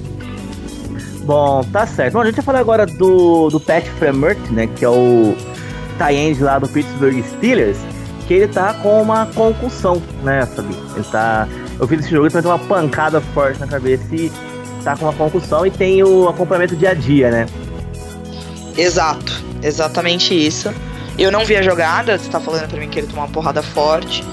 Bom, tá certo. Bom, a gente vai falar agora do Pat Freiermuth, né, que é o tight end lá do Pittsburgh Steelers, que ele tá com uma concussão, né, Fabi? Ele tá... Eu fiz esse jogo, ele vai ter uma pancada forte na cabeça e tá com uma concussão e tem o acompanhamento dia a dia, né? Exato, exatamente isso. Eu não vi a jogada, você tá falando pra mim que ele tomou uma porrada forte.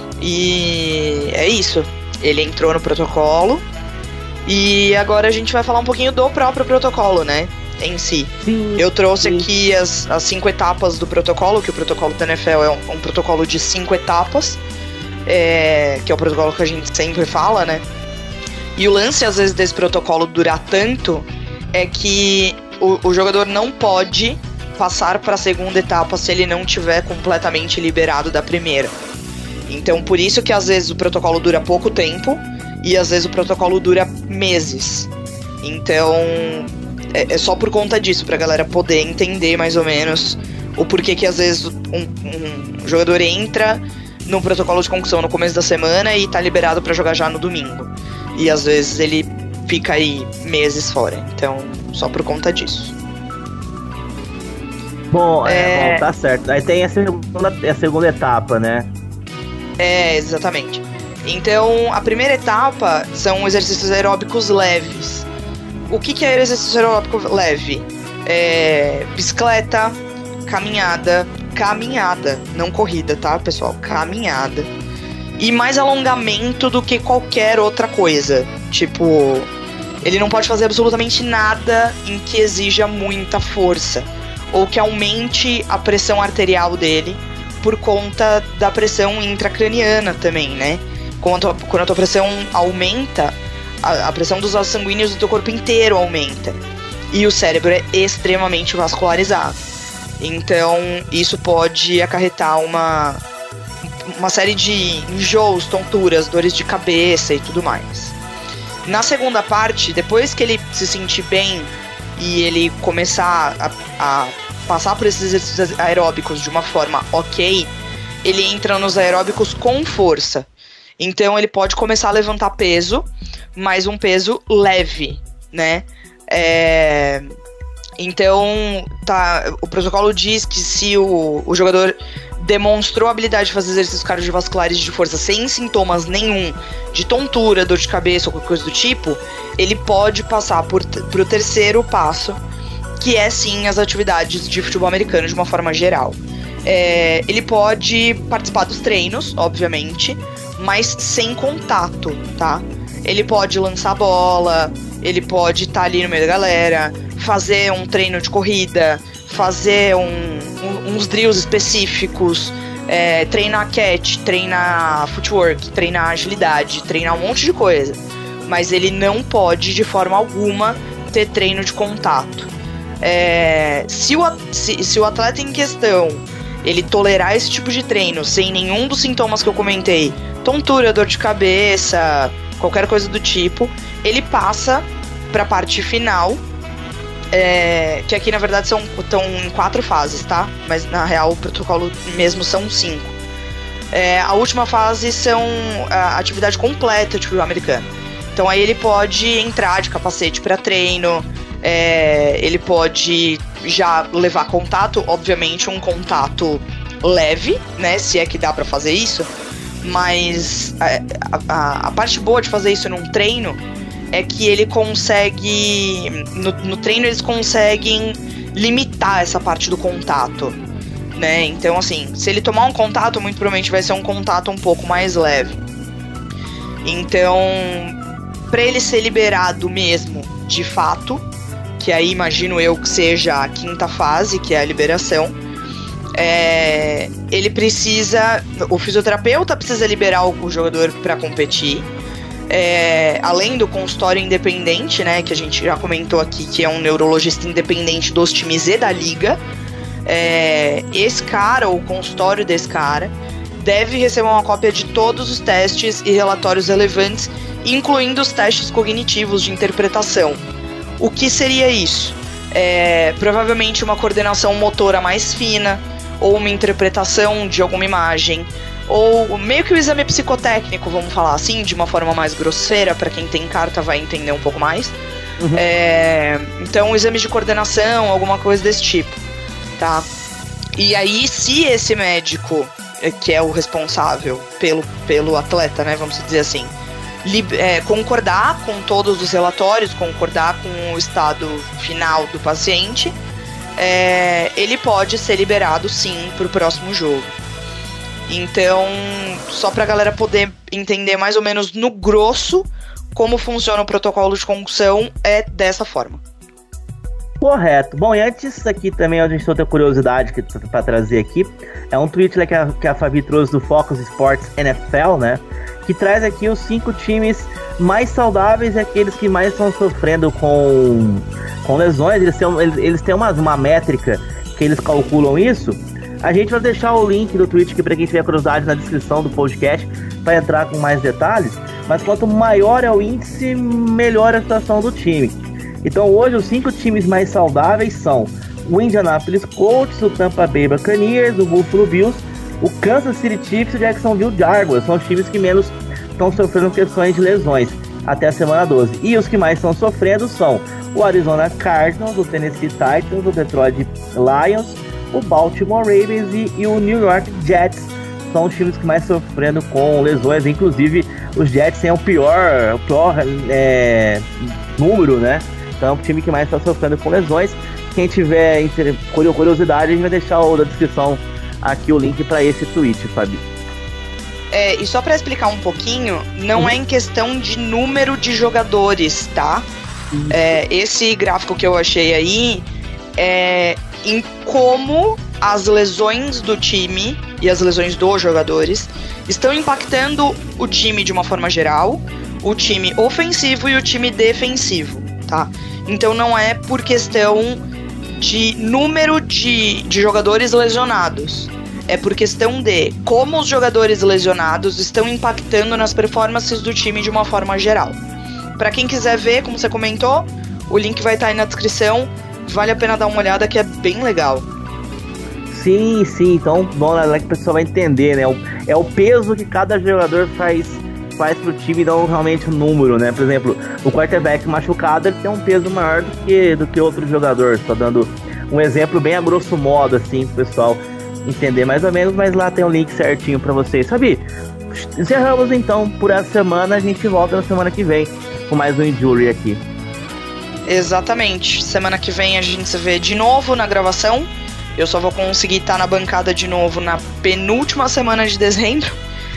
E é isso. Ele entrou no protocolo. E agora a gente vai falar um pouquinho do próprio protocolo, né? Em si. Sim, eu trouxe aqui as 5 etapas do protocolo, que o protocolo da NFL é um protocolo de 5 etapas. Que é o protocolo que a gente sempre fala, né? E o lance, às vezes, desse protocolo durar tanto é que o jogador não pode passar para a segunda etapa se ele não tiver completamente liberado da primeira. Então, por isso que às vezes o protocolo dura pouco tempo e às vezes o protocolo dura meses. Então, é só por conta disso, pra galera poder entender mais ou menos o porquê que às vezes um jogador entra no protocolo de concussão no começo da semana e tá liberado pra jogar já no domingo. E às vezes ele fica aí meses fora. Então, só por conta disso. Bom, bom, tá certo. Aí tem a segunda etapa, né? Exatamente. Então, a primeira etapa são exercícios aeróbicos leves. O que é exercício aeróbico leve? Bicicleta, caminhada, não corrida, tá, pessoal? Caminhada. E mais alongamento do que qualquer outra coisa. Tipo, ele não pode fazer absolutamente nada em que exija muita força ou que aumente a pressão arterial dele por conta da pressão intracraniana também, né? Quando a tua pressão aumenta, a pressão dos vasos sanguíneos do teu corpo inteiro aumenta. E o cérebro é extremamente vascularizado. Então, isso pode acarretar uma série de enjoos, tonturas, dores de cabeça e tudo mais. Na segunda parte, depois que ele se sentir bem e ele começar a passar por esses exercícios aeróbicos de uma forma ok, ele entra nos aeróbicos com força. Então ele pode começar a levantar peso, mas um peso leve, né? Então, o protocolo diz que se o jogador demonstrou a habilidade de fazer exercícios cardiovasculares de força sem sintomas nenhum de tontura, dor de cabeça ou qualquer coisa do tipo, ele pode passar pro terceiro passo, que é sim as atividades de futebol americano de uma forma geral. Ele pode participar dos treinos, obviamente, mas sem contato, tá? Ele pode lançar bola, ele pode estar ali no meio da galera, fazer um treino de corrida, fazer uns drills específicos, treinar catch, treinar footwork, treinar agilidade, treinar um monte de coisa. Mas ele não pode, de forma alguma, ter treino de contato. Se o atleta em questão ele tolerar esse tipo de treino sem nenhum dos sintomas que eu comentei, tontura, dor de cabeça, qualquer coisa do tipo, ele passa para a parte final que aqui na verdade estão em 4 fases, tá? Mas na real o protocolo mesmo são 5. A última fase são a atividade completa de futebol americano. Então aí ele pode entrar de capacete para treino, ele pode já levar contato, obviamente um contato leve, né? Se é que dá para fazer isso. Mas a parte boa de fazer isso num treino é que ele consegue... No treino eles conseguem limitar essa parte do contato, né? Então, assim, se ele tomar um contato, muito provavelmente vai ser um contato um pouco mais leve. Então, para ele ser liberado mesmo, de fato, que aí imagino eu que seja a 5ª fase, que é a liberação, ele precisa... O fisioterapeuta precisa liberar o jogador para competir. Além do consultório independente, né, que a gente já comentou aqui, que é um neurologista independente dos times e da liga, esse cara, ou o consultório desse cara, deve receber uma cópia de todos os testes e relatórios relevantes, incluindo os testes cognitivos de interpretação. O que seria isso? Provavelmente uma coordenação motora mais fina, ou uma interpretação de alguma imagem, ou meio que o exame psicotécnico, vamos falar assim, de uma forma mais grosseira, para quem tem carta vai entender um pouco mais. Uhum. Então, exames de coordenação, alguma coisa desse tipo, tá? E aí, se esse médico, que é o responsável pelo atleta, né, vamos dizer assim, concordar com todos os relatórios, concordar com o estado final do paciente, ele pode ser liberado sim para o próximo jogo. Então, só pra galera poder entender mais ou menos no grosso como funciona o protocolo de concussão, é dessa forma. Correto. Bom, e antes aqui também a gente tem outra curiosidade pra trazer aqui. É um tweet que a Fabi trouxe do Focus Sports NFL, né? Que traz aqui os 5 times mais saudáveis e aqueles que mais estão sofrendo com lesões. Eles têm uma métrica que eles calculam isso. A gente vai deixar o link do tweet aqui para quem tiver curiosidade na descrição do podcast para entrar com mais detalhes, mas quanto maior é o índice, melhor a situação do time. Então hoje os 5 times mais saudáveis são o Indianapolis Colts, o Tampa Bay Buccaneers, o Buffalo Bills, o Kansas City Chiefs e o Jacksonville Jaguars. São os times que menos estão sofrendo questões de lesões até a semana 12. E os que mais estão sofrendo são o Arizona Cardinals, o Tennessee Titans, o Detroit Lions, o Baltimore Ravens e o New York Jets. São os times que mais sofrendo com lesões. Inclusive os Jets têm o pior número, né? Então é o time que mais está sofrendo com lesões. Quem tiver curiosidade, a gente vai deixar na descrição aqui o link para esse tweet, Fabi. E só para explicar um pouquinho, não é em questão de número de jogadores, tá? Esse gráfico que eu achei aí em como as lesões do time e as lesões dos jogadores estão impactando o time de uma forma geral, o time ofensivo e o time defensivo, tá? Então não é por questão de número de jogadores lesionados, é por questão de como os jogadores lesionados estão impactando nas performances do time de uma forma geral. Para quem quiser ver, como você comentou, o link vai estar aí na descrição. Vale a pena dar uma olhada que é bem legal. Sim, então bom, que o pessoal vai entender, né? É o peso que cada jogador faz pro time, não realmente o número, né? Por exemplo, o quarterback machucado, ele tem um peso maior do que outro jogador. Só dando um exemplo bem a grosso modo, assim, pro pessoal entender mais ou menos, mas lá tem o link certinho pra vocês. Sabe? Encerramos então por essa semana, a gente volta na semana que vem com mais um Injury aqui. Exatamente. Semana que vem a gente se vê de novo na gravação. Eu só vou conseguir estar na bancada de novo na penúltima semana de dezembro.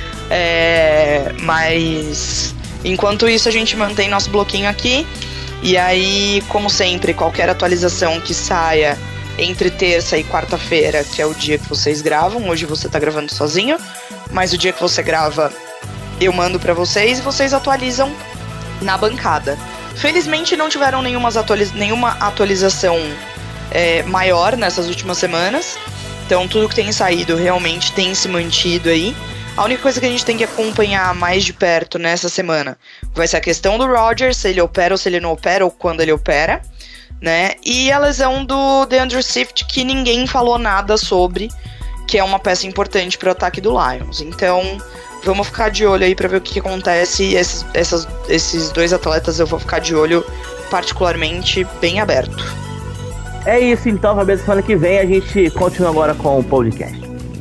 Mas enquanto isso a gente mantém nosso bloquinho aqui. E aí, como sempre, qualquer atualização que saia entre terça e quarta-feira, que é o dia que vocês gravam. Hoje você tá gravando sozinho, mas o dia que você grava eu mando pra vocês e vocês atualizam na bancada. Felizmente não tiveram nenhuma atualização maior nessas últimas semanas. Então tudo que tem saído realmente tem se mantido aí. A única coisa que a gente tem que acompanhar mais de perto nessa semana vai ser a questão do Rodgers, se ele opera ou se ele não opera, ou quando ele opera. né? E a lesão do DeAndre Swift, que ninguém falou nada sobre, que é uma peça importante para o ataque do Lions. Então, vamos ficar de olho aí para ver o que acontece. Esses dois atletas eu vou ficar de olho particularmente bem aberto. É isso então, Fabiano. Semana que vem a gente continua agora com o podcast.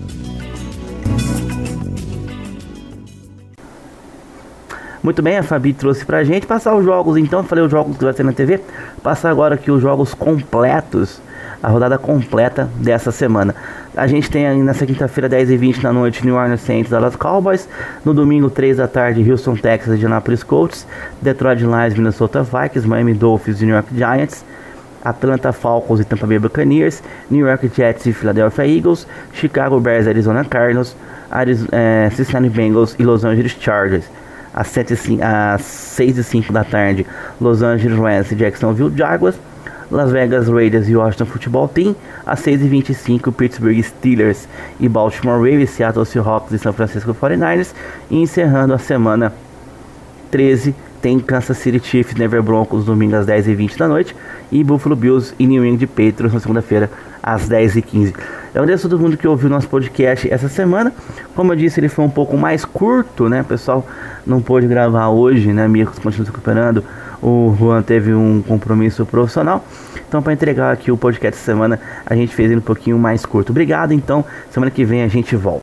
Muito bem, a Fabi trouxe pra gente passar os jogos, então, falei os jogos que vai ter na TV, passar agora aqui os jogos completos, a rodada completa dessa semana. A gente tem aí nessa quinta-feira, 10h20 da noite, New Orleans Saints, Dallas Cowboys. No domingo, 3 da tarde, Houston Texans, Indianapolis Colts, Detroit Lions, Minnesota Vikings, Miami Dolphins e New York Giants, Atlanta Falcons e Tampa Bay Buccaneers, New York Jets e Philadelphia Eagles, Chicago Bears e Arizona Cardinals, Cincinnati Bengals e Los Angeles Chargers. Às 6h05 da tarde, Los Angeles Rams e Jacksonville Jaguars, Las Vegas Raiders e Washington Football Team. Às 6h25, Pittsburgh Steelers e Baltimore Ravens, Seattle Seahawks e San Francisco 49ers. E encerrando a semana 13, tem Kansas City Chiefs, Denver Broncos, domingo às 10h20 da noite, e Buffalo Bills e New England Patriots na segunda-feira às 10h15. Eu agradeço a todo mundo que ouviu nosso podcast essa semana. Como eu disse, ele foi um pouco mais curto, né? O pessoal não pôde gravar hoje, né? Mirko continua se recuperando. O Juan teve um compromisso profissional. Então, para entregar aqui o podcast essa semana, a gente fez ele um pouquinho mais curto. Obrigado, então. Semana que vem a gente volta.